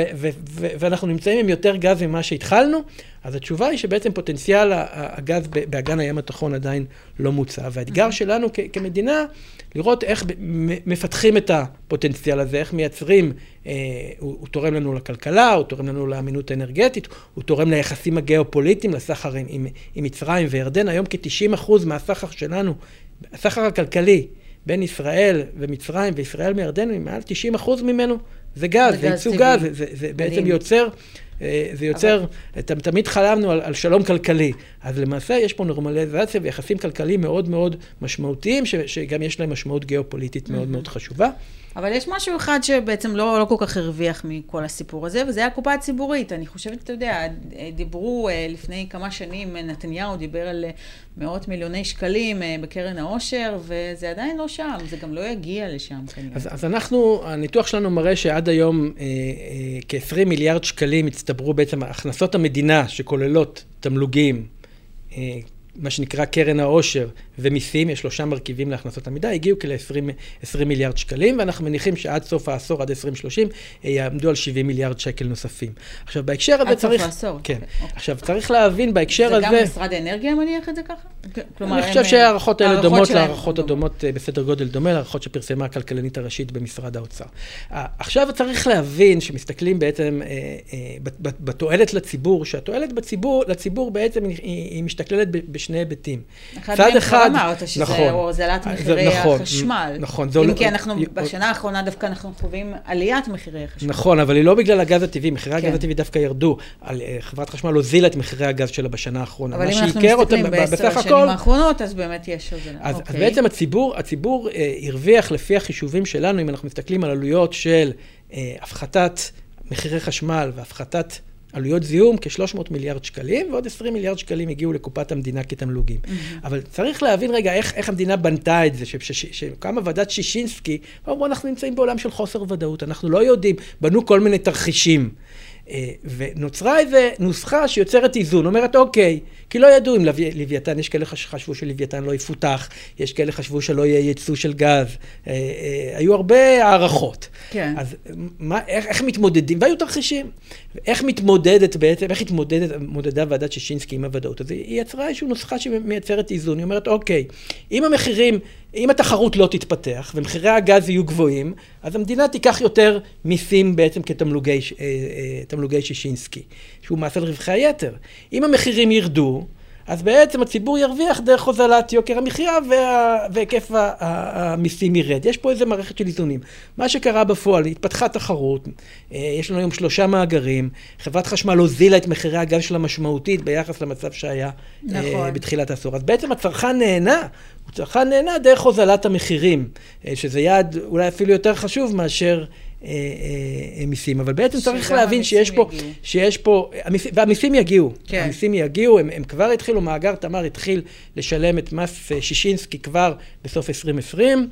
ואנחנו נמצאים עם יותר גז ממה שהתחלנו, אז התשובה היא שבעצם פוטנציאל הגז באגן הים התיכון עדיין לא מוצא, והאתגר שלנו כמדינה, לראות איך מפתחים את הפוטנציאל הזה, איך מייצרים, הוא תורם לנו לכלכלה, הוא תורם לנו לאמינות האנרגטית, הוא תורם ליחסים הגיאופוליטיים, לסחר עם מצרים וירדן, היום כ-תשעים אחוז מהסחר שלנו, הסחר הכלכלי, בין ישראל ומצרים וישראל מירדן, מעל תשעים אחוז ממנו, זה גז, זה ייצוא גז, זה, זה, זה בעצם יוצר, זה יוצר, אבל... תמיד חלמנו על, על שלום כלכלי, אז למעשה יש פה נורמליזציה ויחסים כלכליים מאוד מאוד משמעותיים, ש, שגם יש להם משמעות גיאופוליטית מאוד מאוד חשובה. אבל יש משהו אחד שבעצם לא, לא כל כך הרוויח מכל הסיפור הזה, וזה הקופה הציבורית. אני חושבת, אתה יודע, דיברו לפני כמה שנים, נתניהו דיבר על מאות מיליוני שקלים בקרן העושר, וזה עדיין לא שם, זה גם לא יגיע לשם כנראה. אז, אז אנחנו, הניתוח שלנו מראה שעד היום אה, אה, כ-עשרים מיליארד שקלים הצטברו בעצם הכנסות המדינה שכוללות תמלוגים, אה, מה שנקרא קרן העושר ומיסים, יש שלושה מרכיבים להכנסות המדינה, הגיעו כ-עשרים מיליארד שקלים, ואנחנו מניחים שעד סוף העשור, עד עשרים שלושים, יעמדו על שבעים מיליארד שקל נוספים. עכשיו, בהקשר הזה צריך... עד סוף העשור. כן. עכשיו, צריך להבין בהקשר הזה... זה גם משרד האנרגיה מניח את זה ככה? אני חושב שהערכות האלה דומות לערכות הדומות בסדר גודל דומה, לערכות שפרסמה הכלכלנית הראשית במשרד האוצר. עכשיו צריך להבין שמסתכלים בעצם בתועלת לציבור, שהתועלת בציבור, לציבור בעצם היא משתכללת בשני היבטים. אחד מהם כבר אמרת שזה נכון, הוזלת מחירי נכון, החשמל. נכון. אם כי אנחנו, בשנה האחרונה דווקא אנחנו חווים עליית מחירי החשמל. נכון, אבל היא לא בגלל הגז הטבעי, מחירי כן. הגז הטבעי דווקא ירדו. על, חברת חשמל הוזילה את מחירי הגז שלה בשנה האחרונה. אבל אם אנחנו מסתכלים בעשר השנים האחרונות, אז באמת יש הוזלה. אז, אוקיי. אז בעצם הציבור, הציבור אה, הרוויח לפי החישובים שלנו, אם אנחנו מסתכלים על עלויות של אה, הפחתת מחירי חשמל והפחתת עלויות זיהום כ-שלוש מאות מיליארד שקלים, ועוד עשרים מיליארד שקלים הגיעו לקופת המדינה כתמלוגים. Mm-hmm. אבל צריך להבין רגע איך, איך המדינה בנתה את זה, שקמה ועדת שישינסקי, בואו אנחנו נמצאים בעולם של חוסר ודאות, אנחנו לא יודעים, בנו כל מיני תרחישים. ונוצרה איזו נוסחה שיוצרת איזון, אומרת אוקיי, כי לא ידעו אם לוויתן, יש כאלה חשבו שלוויתן לא יפותח, יש כאלה חשבו שלא יהיה ייצוא של גז, היו הרבה הערכות. כן. אז מה, איך, איך מתמודדים? והיו תרחישים. איך מתמודדת בעצם, איך התמודדת, מודדה ועדת שישינסקי עם הוודאות? אז היא יצרה איזושהי נוסחה שמייצרת איזון, היא אומרת אוקיי, אם המחירים, אם התחרות לא תתפתח ומחירי הגז יהיו גבוהים, אז המדינה תיקח יותר מיסים בעצם כתמלוגי תמלוגי שישינסקי, שהוא מס על רווחי היתר. אם המחירים ירדו, אז בעצם הציבור ירוויח דרך הוזלת יוקר המחיה וה... והיקף המיסים ירד. יש פה איזו מערכת של איזונים. מה שקרה בפועל, התפתחה תחרות, יש לנו היום שלושה מאגרים, חברת חשמל הוזילה את מחירי הגז שלה משמעותית ביחס למצב שהיה נכון. בתחילת העשור. אז בעצם הצרכן נהנה, הוא צרכן נהנה דרך הוזלת המחירים, שזה יעד אולי אפילו יותר חשוב מאשר מיסים, אבל בעצם צריך להבין שיש פה, שיש פה, והמיסים יגיעו, המיסים יגיעו, הם כבר התחילו, מאגר תמר התחיל לשלם את מס שישינסקי כבר בסוף עשרים עשרים,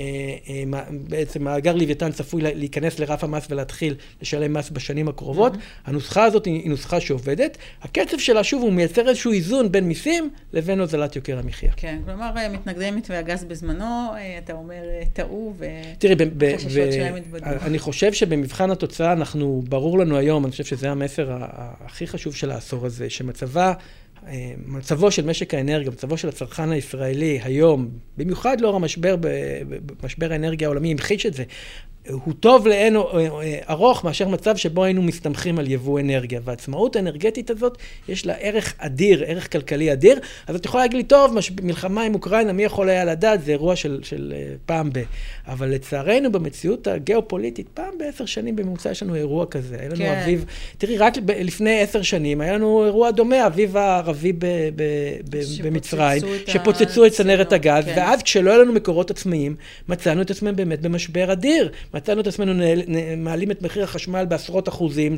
בעצם מאגר לוויתן צפוי להיכנס לרף המס ולהתחיל לשלם מס בשנים הקרובות. הנוסחה הזאת היא נוסחה שעובדת. הקצב שלה שוב הוא מייצר איזשהו איזון בין מיסים לבין הוזלת יוקר המחיה. כן, כלומר מתנגדים מתווה הגז בזמנו, אתה אומר טעו וחששות שלהם התבדלו. אני חושב שבמבחן התוצאה אנחנו, ברור לנו היום, אני חושב שזה המסר הכי חשוב של העשור הזה, שמצבה מצבו של משק האנרגיה, מצבו של הצרכן הישראלי היום, במיוחד לאור המשבר, במשבר האנרגיה העולמי, המחיש את זה, הוא טוב לאין ארוך מאשר מצב שבו היינו מסתמכים על יבוא אנרגיה. והעצמאות האנרגטית הזאת יש לה ערך אדיר, ערך כלכלי אדיר. אז את יכולה להגיד לי, טוב, מלחמה עם אוקראינה, מי יכול היה לדעת? זה אירוע של, של פעם ב... אבל לצערנו במציאות הגיאופוליטית, פעם בעשר שנים בממוצע יש לנו אירוע כזה. היה לנו כן. אביב, תראי, רק לפני עשר שנים היה לנו אירוע דומה, אביב הערבי ב, ב, ב, במצרים, שפוצצו את צנרת הגז, כן. ואז כשלא היה לנו מקורות עצמאיים, מצאנו את עצמם באמת במשבר אדיר. מצאנו את עצמנו מעלים את מחיר החשמל בעשרות אחוזים,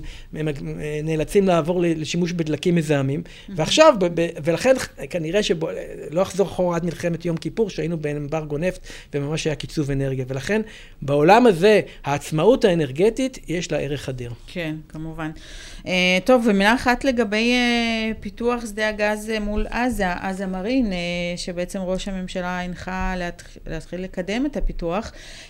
נאלצים לעבור לשימוש בדלקים מזהמים, ועכשיו, ולכן כנראה שלא אחזור אחורה עד מלחמת יום כיפור, שהיינו באמברגו נפט, וממש היה קיצוב אנרגיה, ולכן בעולם הזה, העצמאות האנרגטית, יש לה ערך אדיר. כן, כמובן. טוב, ומילה אחת לגבי פיתוח שדה הגז מול עזה, עזה מרין, שבעצם ראש הממשלה הנחה להתחיל לקדם את הפיתוח.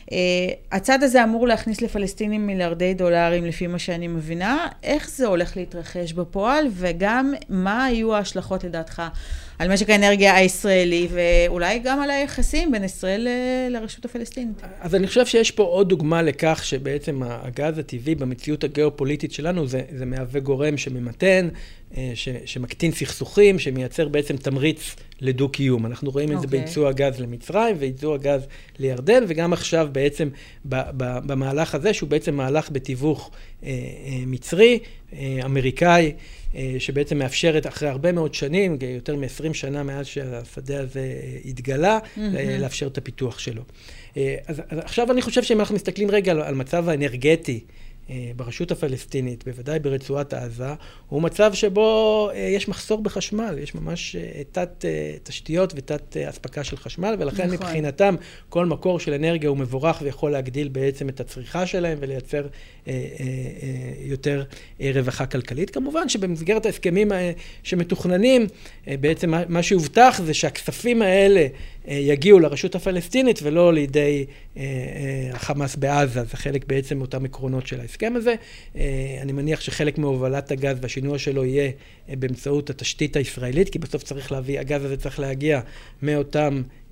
הצד הזה אמור להכניס לפלסטינים מיליארדי דולרים לפי מה שאני מבינה. איך זה הולך להתרחש בפועל, וגם מה היו ההשלכות לדעתך על משק האנרגיה הישראלי, ואולי גם על היחסים בין ישראל לרשות הפלסטינית? אז אני חושב שיש פה עוד דוגמה לכך שבעצם הגז הטבעי במציאות הגיאופוליטית שלנו זה, זה מהווה גורם שממתן, ש, שמקטין סכסוכים, שמייצר בעצם תמריץ לדו-קיום. אנחנו רואים את okay. זה בייצוא הגז למצרים וייצוא הגז לירדן, וגם עכשיו בעצם ב, ב, במהלך הזה, שהוא בעצם מהלך בתיווך אה, אה, מצרי, אה, אמריקאי, אה, שבעצם מאפשרת אחרי הרבה מאוד שנים, יותר מ-עשרים שנה מאז שהשדה הזה התגלה, mm-hmm. לאפשר את הפיתוח שלו. אה, אז, אז עכשיו אני חושב שאם אנחנו מסתכלים רגע על, על מצב האנרגטי, ברשות הפלסטינית, בוודאי ברצועת עזה, הוא מצב שבו יש מחסור בחשמל, יש ממש תת תשתיות ותת אספקה של חשמל, ולכן נכון. מבחינתם כל מקור של אנרגיה הוא מבורך ויכול להגדיל בעצם את הצריכה שלהם ולייצר אה, אה, אה, יותר אה, רווחה כלכלית. כמובן שבמסגרת ההסכמים שמתוכננים, אה, בעצם מה, מה שהובטח זה שהכספים האלה אה, יגיעו לרשות הפלסטינית ולא לידי אה, אה, החמאס בעזה. זה חלק בעצם אותם עקרונות של ההסכם הזה. אה, אני מניח שחלק מהובלת הגז והשינוע שלו יהיה אה, באמצעות התשתית הישראלית, כי בסוף צריך להביא, הגז הזה צריך להגיע מאותם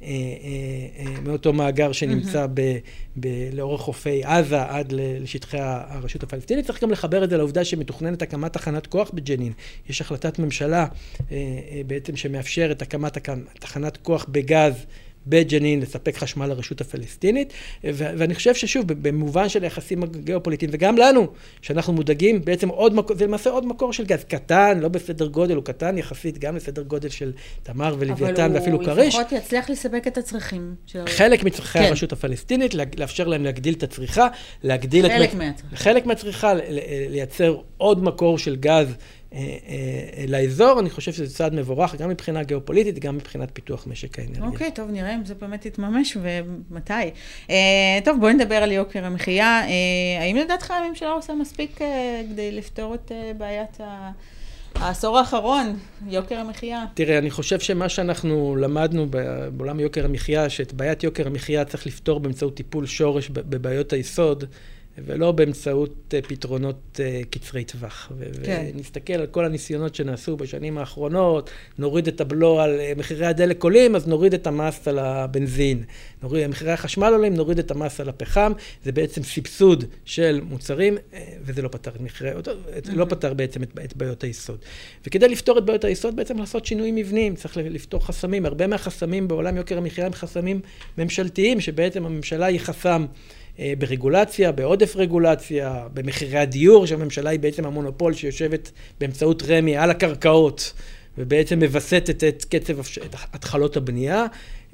מאותו מאגר שנמצא ב, ב, לאורך חופי עזה עד לשטחי הרשות הפלסטינית. צריך גם לחבר את זה לעובדה שמתוכננת הקמת תחנת כוח בג'נין. יש החלטת ממשלה בעצם שמאפשרת הקמת תחנת כוח בגז בג'נין לספק חשמל לרשות הפלסטינית, ואני חושב ששוב, במובן של היחסים הגיאופוליטיים, וגם לנו, שאנחנו מודאגים, בעצם עוד מקור, זה למעשה עוד מקור של גז קטן, לא בסדר גודל, הוא קטן יחסית, גם בסדר גודל של תמר ולוויתן ואפילו כריש. אבל הוא לפחות יצליח לספק את הצרכים. חלק מצרכי כן. הרשות הפלסטינית, לאפשר להם להגדיל את הצריכה, להגדיל חלק את... מהצריכה. חלק מהצריכה, לייצר עוד מקור של גז, לאזור. אני חושב שזה צעד מבורך, גם מבחינה גיאופוליטית, גם מבחינת פיתוח משק האנרגיה. אוקיי, טוב, נראה אם זה באמת יתממש ומתי. טוב, בואי נדבר על יוקר המחיה. האם לדעתך הממשלה עושה מספיק כדי לפתור את בעיית העשור האחרון, יוקר המחיה? תראה, אני חושב שמה שאנחנו למדנו בעולם יוקר המחיה, שאת בעיית יוקר המחיה צריך לפתור באמצעות טיפול שורש בבעיות היסוד, ולא באמצעות פתרונות קצרי טווח. כן. ונסתכל על כל הניסיונות שנעשו בשנים האחרונות, נוריד את הבלו על מחירי הדלק עולים, אז נוריד את המס על הבנזין. נוריד, מחירי החשמל עולים, נוריד את המס על הפחם. זה בעצם סבסוד של מוצרים, וזה לא פתר את מחירי, לא פתר בעצם את, את בעיות היסוד. וכדי לפתור את בעיות היסוד, בעצם לעשות שינויים מבניים, צריך לפתור חסמים. הרבה מהחסמים בעולם יוקר המחיה הם חסמים ממשלתיים, שבעצם הממשלה היא חסם ברגולציה, בעודף רגולציה, במחירי הדיור, שהממשלה היא בעצם המונופול שיושבת באמצעות רמי על הקרקעות, ובעצם מבסטת את קצב התחלות הבנייה,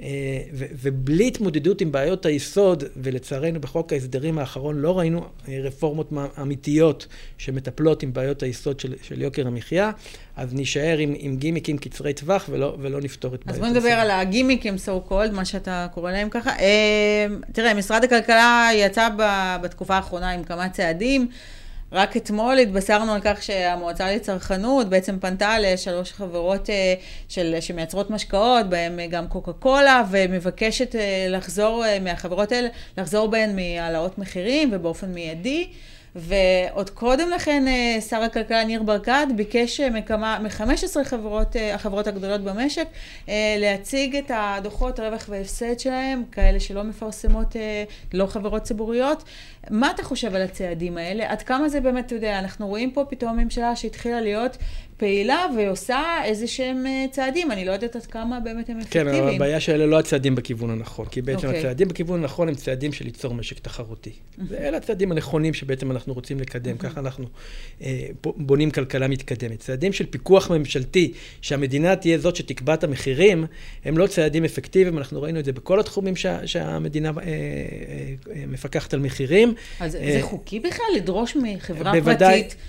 ובלי התמודדות עם בעיות היסוד, ולצערנו בחוק ההסדרים האחרון לא ראינו רפורמות אמיתיות שמטפלות עם בעיות היסוד של, של יוקר המחיה, אז נשאר עם, עם גימיקים קצרי טווח ולא, ולא נפתור את בעיות היסוד. אז בוא נדבר על הגימיקים so called, מה שאתה קורא להם ככה. תראה, משרד הכלכלה יצא בתקופה האחרונה עם כמה צעדים, רק אתמול התבשרנו על כך שהמועצה לצרכנות בעצם פנתה לשלוש חברות של, שמייצרות משקאות, בהן גם קוקה קולה, ומבקשת לחזור מהחברות האלה, לחזור בהן מהעלאות מחירים ובאופן מיידי. ועוד קודם לכן שר הכלכלה ניר ברקת ביקש מ-חמש עשרה חברות, החברות הגדולות במשק, להציג את הדוחות רווח והפסד שלהם, כאלה שלא מפרסמות, לא חברות ציבוריות. מה אתה חושב על הצעדים האלה? עד כמה זה באמת, אתה יודע, אנחנו רואים פה פתאום ממשלה שהתחילה להיות פעילה ועושה איזה שהם צעדים. אני לא יודעת עד כמה באמת הם אפקטיביים. כן, אבל הבעיה שאלה לא הצעדים בכיוון הנכון, כי בעצם okay. הצעדים בכיוון הנכון הם צעדים של ליצור משק תחרותי. ואלה הצעדים הנכונים שבעצם אנחנו רוצים לקדם, ככה אנחנו אה, בונים כלכלה מתקדמת. צעדים של פיקוח ממשלתי, שהמדינה תהיה זאת שתקבע את המחירים, הם לא צעדים אפקטיביים, אנחנו ראינו את זה בכל התחומים שה, שהמדינה אה, אה, מפקחת על מחירים. אז אה, זה חוקי בכלל לדרוש מחברה בוודאי, פרטית?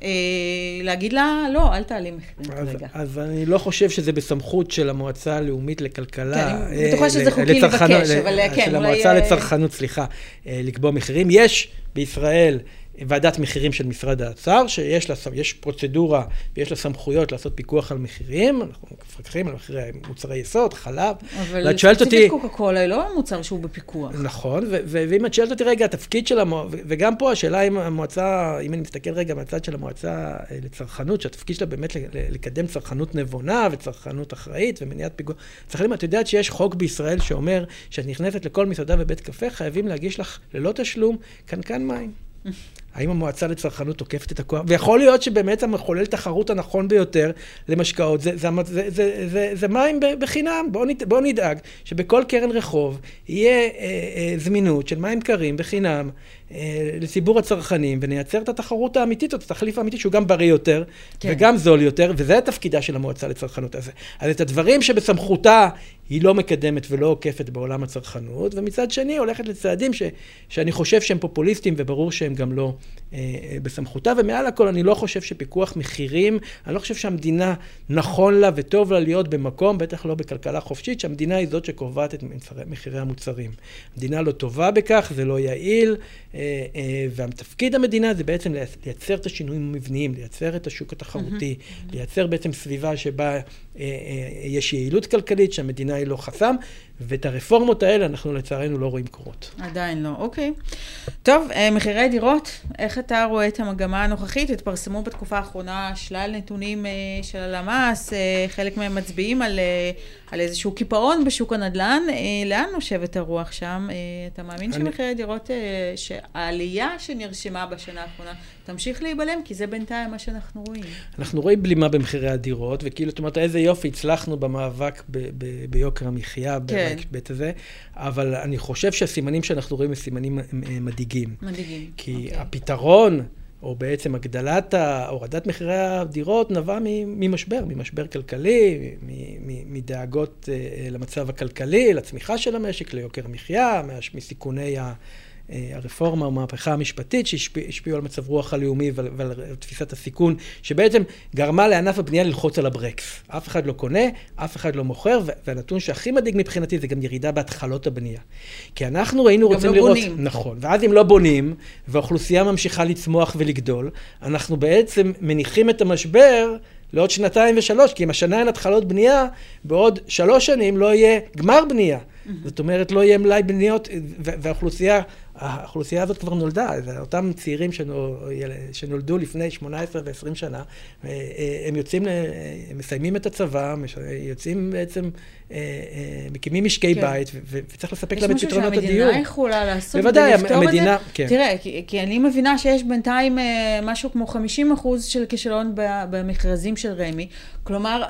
להגיד לה, לא, אל תעלי מחירים כרגע. אז אני לא חושב שזה בסמכות של המועצה הלאומית לכלכלה. כן, אני בטוחה שזה חוקי לבקש, אבל כן, של המועצה לצרכנות, סליחה, לקבוע מחירים. יש בישראל ועדת מחירים של משרד האוצר, שיש לה, יש פרוצדורה ויש לה סמכויות לעשות פיקוח על מחירים, אנחנו מפקחים על מחירי מוצרי יסוד, חלב. אבל ספציפית קוקה קולה היא לא מוצר שהוא בפיקוח. נכון, ואם את שואלת אותי רגע, התפקיד של המועצה, וגם פה השאלה אם המועצה, אם אני מסתכל רגע מהצד של המועצה לצרכנות, שהתפקיד שלה באמת לקדם צרכנות נבונה וצרכנות אחראית ומניעת פיגוע. צריכים, את יודעת שיש חוק בישראל שאומר שאת נכנסת לכל מסעדה ובית קפה, חייבים להגיש לך ללא תשלום קנקן מים. האם המועצה לצרכנות תוקפת את הכוח? ויכול להיות שבאמת המחולל תחרות הנכון ביותר למשקאות, זה, זה, זה, זה, זה, זה מים בחינם. בואו נת, בוא נדאג שבכל קרן רחוב יהיה אה, אה, זמינות של מים קרים בחינם אה, לציבור הצרכנים, ונייצר את התחרות האמיתית, או את התחליף האמיתית, שהוא גם בריא יותר, כן. וגם זול יותר, וזה התפקידה של המועצה לצרכנות הזה. אז את הדברים שבסמכותה היא לא מקדמת ולא עוקפת בעולם הצרכנות, ומצד שני הולכת לצעדים ש, שאני חושב שהם פופוליסטיים, וברור שהם גם לא אה, בסמכותה, ומעל הכל אני לא חושב שפיקוח מחירים, אני לא חושב שהמדינה נכון לה וטוב לה להיות במקום, בטח לא בכלכלה חופשית, שהמדינה היא זאת שקובעת את מחירי המוצרים. המדינה לא טובה בכך, זה לא יעיל, אה, אה, והתפקיד המדינה זה בעצם לייצר את השינויים המבניים, לייצר את השוק התחרותי, mm-hmm. לייצר בעצם סביבה שבה אה, אה, יש יעילות כלכלית, שהמדינה היא לא חסם, ואת הרפורמות האלה אנחנו לצערנו לא רואים קורות. עדיין לא, אוקיי. טוב, מחירי דירות, איך אתה רואה את המגמה הנוכחית? התפרסמו בתקופה האחרונה שלל נתונים של הלמ"ס, חלק מהם מצביעים על, על איזשהו קיפאון בשוק הנדל"ן. לאן נושבת הרוח שם? אתה מאמין אני... שמחירי דירות, שהעלייה שנרשמה בשנה האחרונה תמשיך להיבלם? כי זה בינתיים מה שאנחנו רואים. אנחנו רואים בלימה במחירי הדירות, וכאילו, זאת אומרת, איזה יופי, הצלחנו במאבק ב- ב- ביוקר המחיה, כן. בבית הזה, אבל אני חושב שהסימנים שאנחנו רואים הם סימנים מדאיגים. מדאיגים. כי אוקיי. הפתרון, או בעצם הגדלת, הורדת מחירי הדירות, נבע ממשבר, ממשבר כלכלי, מדאגות למצב הכלכלי, לצמיחה של המשק, ליוקר המחיה, מסיכוני ה... הרפורמה או מהפכה המשפטית שהשפיעו על מצב רוח הלאומי ועל תפיסת הסיכון, שבעצם גרמה לענף הבנייה ללחוץ על הברקס. אף אחד לא קונה, אף אחד לא מוכר, והנתון שהכי מדאיג מבחינתי זה גם ירידה בהתחלות הבנייה. כי אנחנו היינו רוצים לא לראות... בונים. נכון. ואז אם לא בונים, והאוכלוסייה ממשיכה לצמוח ולגדול, אנחנו בעצם מניחים את המשבר לעוד שנתיים ושלוש, כי אם השנה אין התחלות בנייה, בעוד שלוש שנים לא יהיה גמר בנייה. זאת אומרת, לא יהיה מלאי בניות, והאוכלוסייה, האוכלוסייה הזאת כבר נולדה. אותם צעירים שנולדו לפני שמונה עשרה ועשרים שנה, הם יוצאים, הם מסיימים את הצבא, יוצאים בעצם, מקימים משקי בית, וצריך לספק להם את פתרונות הדיור. יש משהו שהמדינה יכולה לעשות בוודאי, המדינה, כן. תראה, כי אני מבינה שיש בינתיים משהו כמו חמישים אחוז של כישלון במכרזים של רמ"י, כלומר,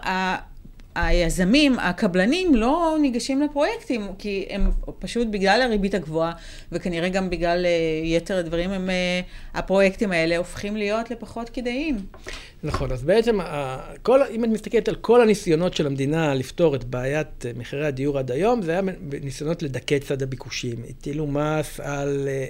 היזמים, הקבלנים לא ניגשים לפרויקטים, כי הם פשוט בגלל הריבית הגבוהה, וכנראה גם בגלל יתר הדברים, הם, הפרויקטים האלה הופכים להיות לפחות כדאיים. נכון, אז בעצם, כל, אם את מסתכלת על כל הניסיונות של המדינה לפתור את בעיית מחירי הדיור עד היום, זה היה ניסיונות לדכא צד הביקושים. הטילו מס על אה,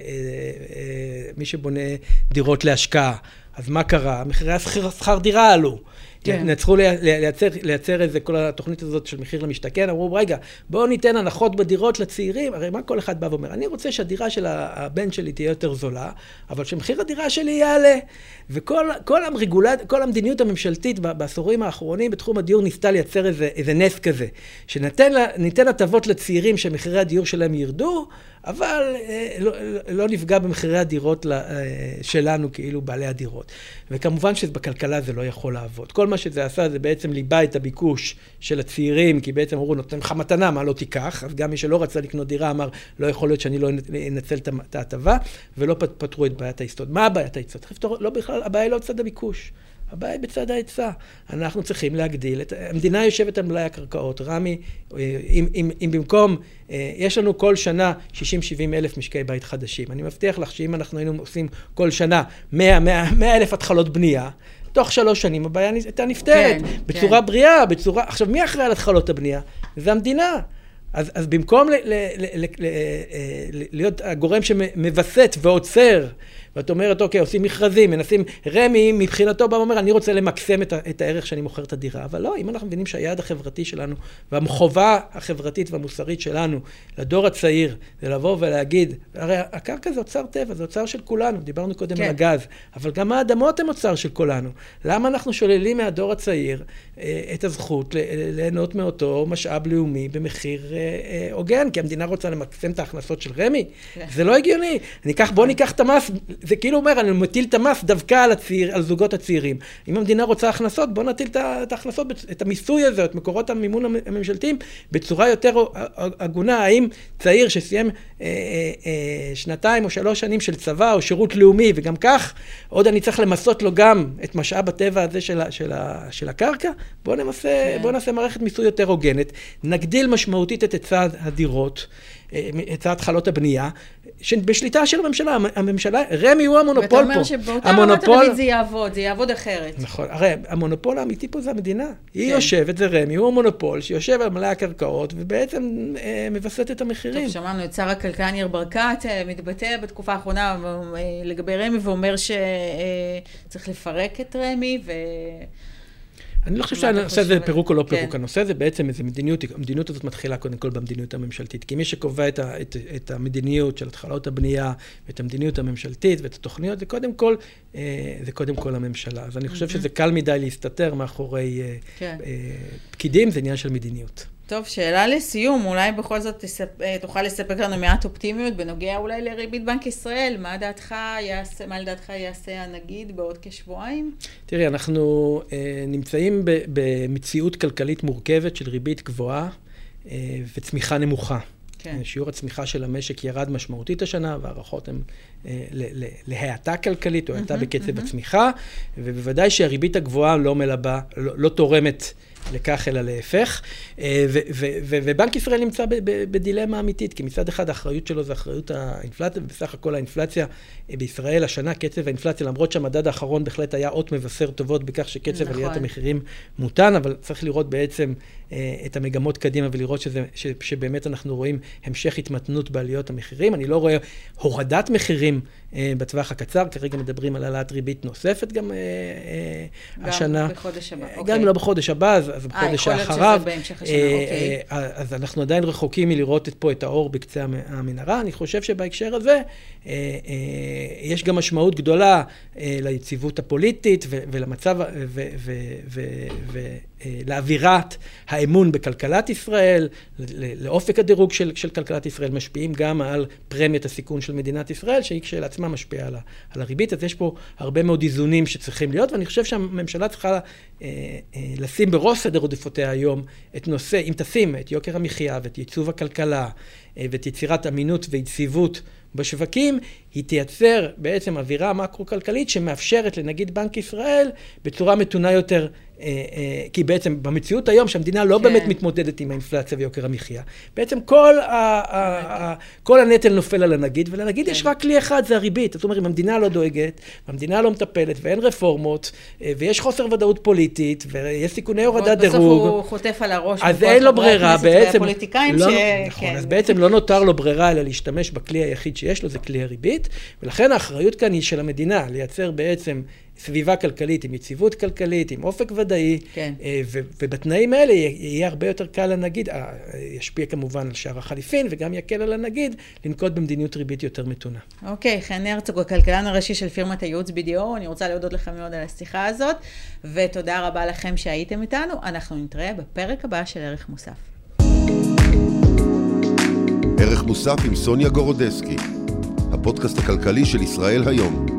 אה, מי שבונה דירות להשקעה. אז מה קרה? מחירי השכר דירה עלו. כן. נצטרכו לייצר, לייצר איזה, כל התוכנית הזאת של מחיר למשתכן, אמרו, רגע, בואו ניתן הנחות בדירות לצעירים, הרי מה כל אחד בא ואומר? אני רוצה שהדירה של הבן שלי תהיה יותר זולה, אבל שמחיר הדירה שלי יעלה. וכל כל הרגולת, כל המדיניות הממשלתית בעשורים האחרונים בתחום הדיור ניסתה לייצר איזה, איזה נס כזה, שניתן ניתן הטבות לצעירים שמחירי הדיור שלהם ירדו, אבל לא, לא נפגע במחירי הדירות שלנו כאילו בעלי הדירות. וכמובן שבכלכלה זה לא יכול לעבוד. כל מה שזה עשה זה בעצם ליבה את הביקוש של הצעירים, כי בעצם אמרו, נותן לך מתנה, מה לא תיקח? אז גם מי שלא רצה לקנות דירה אמר, לא יכול להיות שאני לא אנצל את ההטבה, ולא פתרו את בעיית היסוד. מה הבעיית היסוד? צריך לפתור, לא בכלל, הבעיה היא לא בצד הביקוש. הבעיה היא בצד ההיצע. אנחנו צריכים להגדיל את... המדינה יושבת על מלאי הקרקעות. רמ"י, אם, אם, אם במקום, יש לנו כל שנה שישים שבעים אלף משקי בית חדשים. אני מבטיח לך שאם אנחנו היינו עושים כל שנה מאה אלף התחלות בנייה, תוך שלוש שנים הבעיה הייתה נפתרת. כן, בצורה כן. בריאה, בצורה... עכשיו, מי אחראי על התחלות הבנייה? זה המדינה. אז, אז במקום ל, ל, ל, ל, ל, להיות הגורם שמבסט ועוצר, ואת אומרת, אוקיי, עושים מכרזים, מנסים, רמ"י מבחינתו בא ואומר, אני רוצה למקסם את, את הערך שאני מוכר את הדירה, אבל לא, אם אנחנו מבינים שהיעד החברתי שלנו, והחובה החברתית והמוסרית שלנו, לדור הצעיר, זה לבוא ולהגיד, הרי הקרקע זה אוצר טבע, זה אוצר של כולנו, דיברנו קודם כן. על הגז, אבל גם האדמות הן אוצר של כולנו. למה אנחנו שוללים מהדור הצעיר את הזכות ליהנות מאותו משאב לאומי במחיר הוגן, כי המדינה רוצה למקסם את ההכנסות של רמ"י? כן. זה לא הגיוני. ניקח, בוא ניקח את המס, זה כאילו אומר, אני מטיל את המס דווקא על, הצעיר, על זוגות הצעירים. אם המדינה רוצה הכנסות, בוא נטיל את ההכנסות, את המיסוי הזה, את מקורות המימון הממשלתיים, בצורה יותר הגונה. האם צעיר שסיים אה, אה, שנתיים או שלוש שנים של צבא או שירות לאומי, וגם כך, עוד אני צריך למסות לו גם את משאב הטבע הזה של, של, של הקרקע, בוא נמסה, בוא נעשה מערכת מיסוי יותר הוגנת, נגדיל משמעותית את היצע הדירות, את התחלות הבנייה, בשליטה של הממשלה. הממשלה, רמ"י הוא המונופול פה. ואתה אומר שבאותה רמת רבית זה יעבוד, זה יעבוד אחרת. נכון, הרי המונופול האמיתי פה זה המדינה. היא יושבת, זה רמ"י, הוא המונופול שיושב על מלאי הקרקעות, ובעצם מבסט את המחירים. טוב, שמענו את שר הכלכלה ניר ברקת, מתבטא בתקופה האחרונה לגבי רמ"י, ואומר שצריך לפרק את רמ"י, ו... אני לא חושב שהנושא הזה פירוק או לא פירוק. הנושא הזה בעצם איזו מדיניות, המדיניות הזאת מתחילה קודם כל במדיניות הממשלתית. כי מי שקובע את, ה, את, את המדיניות של התחלות הבנייה, ואת המדיניות הממשלתית ואת התוכניות, זה קודם כל, זה קודם כל הממשלה. אז אני חושב שזה קל מדי להסתתר מאחורי פקידים, זה עניין של מדיניות. טוב, שאלה לסיום, אולי בכל זאת תספ... תוכל לספק לנו מעט אופטימיות בנוגע אולי לריבית בנק ישראל. מה דעתך יעשה, מה לדעתך יעשה הנגיד בעוד כשבועיים? תראי, אנחנו אה, נמצאים ב- במציאות כלכלית מורכבת של ריבית גבוהה אה, וצמיחה נמוכה. כן. שיעור הצמיחה של המשק ירד משמעותית השנה, והערכות הן אה, ל- ל- להאטה כלכלית או האטה בקצב הצמיחה, ובוודאי שהריבית הגבוהה לא מלבה, לא, לא תורמת לכך אלא להפך, ובנק ישראל נמצא בדילמה אמיתית, כי מצד אחד האחריות שלו זה אחריות האינפלציה, ובסך הכל האינפלציה בישראל השנה, קצב האינפלציה, למרות שהמדד האחרון בהחלט היה אות מבשר טובות בכך שקצב עליית המחירים מותן, אבל צריך לראות בעצם את המגמות קדימה ולראות שזה, שבאמת אנחנו רואים המשך התמתנות בעליות המחירים. אני לא רואה הורדת מחירים בטווח הקצר, כרגע מדברים על העלאת ריבית נוספת גם השנה. גם בחודש הבא. גם לא בחודש הבא, אז בחודש האחריו. אז אנחנו עדיין רחוקים מלראות פה את האור בקצה המנהרה. אני חושב שבהקשר הזה יש גם משמעות גדולה ליציבות הפוליטית ולמצב ולאווירת האמון בכלכלת ישראל, לאופק הדירוג של, של כלכלת ישראל, משפיעים גם על פרמיית הסיכון של מדינת ישראל, שהיא כשלעצמה משפיעה על, על הריבית. אז יש פה הרבה מאוד איזונים שצריכים להיות, ואני חושב שהממשלה צריכה אה, אה, לשים בראש סדר עדיפותיה היום את נושא, אם תשים את יוקר המחיה ואת ייצוב הכלכלה, אה, ואת יצירת אמינות ויציבות בשווקים, היא תייצר בעצם אווירה מקרו-כלכלית שמאפשרת לנגיד בנק ישראל בצורה מתונה יותר, אה, אה, כי בעצם במציאות היום שהמדינה לא כן. באמת מתמודדת עם האינפלציה ויוקר המחיה. בעצם כל, ה, ה, ה, כל הנטל נופל על הנגיד, ולנגיד כן. יש רק כלי אחד, זה הריבית. זאת אומרת, אם המדינה לא דואגת, המדינה לא מטפלת ואין רפורמות, אה, ויש חוסר ודאות פוליטית, ויש סיכוני הורדת דירוג. בסוף הוא חוטף על הראש. אז אין לו ברירה, בעצם. לא, ש... נכון, כן. אז בעצם לא נותר לו ברירה אלא להשתמש בכלי היחיד שיש לו, זה כלי הריבית. ולכן האחריות כאן היא של המדינה, לייצר בעצם סביבה כלכלית, עם יציבות כלכלית, עם אופק ודאי, כן. ו- ובתנאים האלה יהיה הרבה יותר קל לנגיד, ישפיע כמובן על שער החליפין, וגם יקל על הנגיד, לנקוט במדיניות ריבית יותר מתונה. אוקיי, חן הרצוג, הכלכלן הראשי של פירמת הייעוץ בי די או, אני רוצה להודות לכם מאוד על השיחה הזאת, ותודה רבה לכם שהייתם איתנו, אנחנו נתראה בפרק הבא של ערך מוסף. ערך מוסף עם סוניה גורודסקי, הפודקאסט הכלכלי של ישראל היום.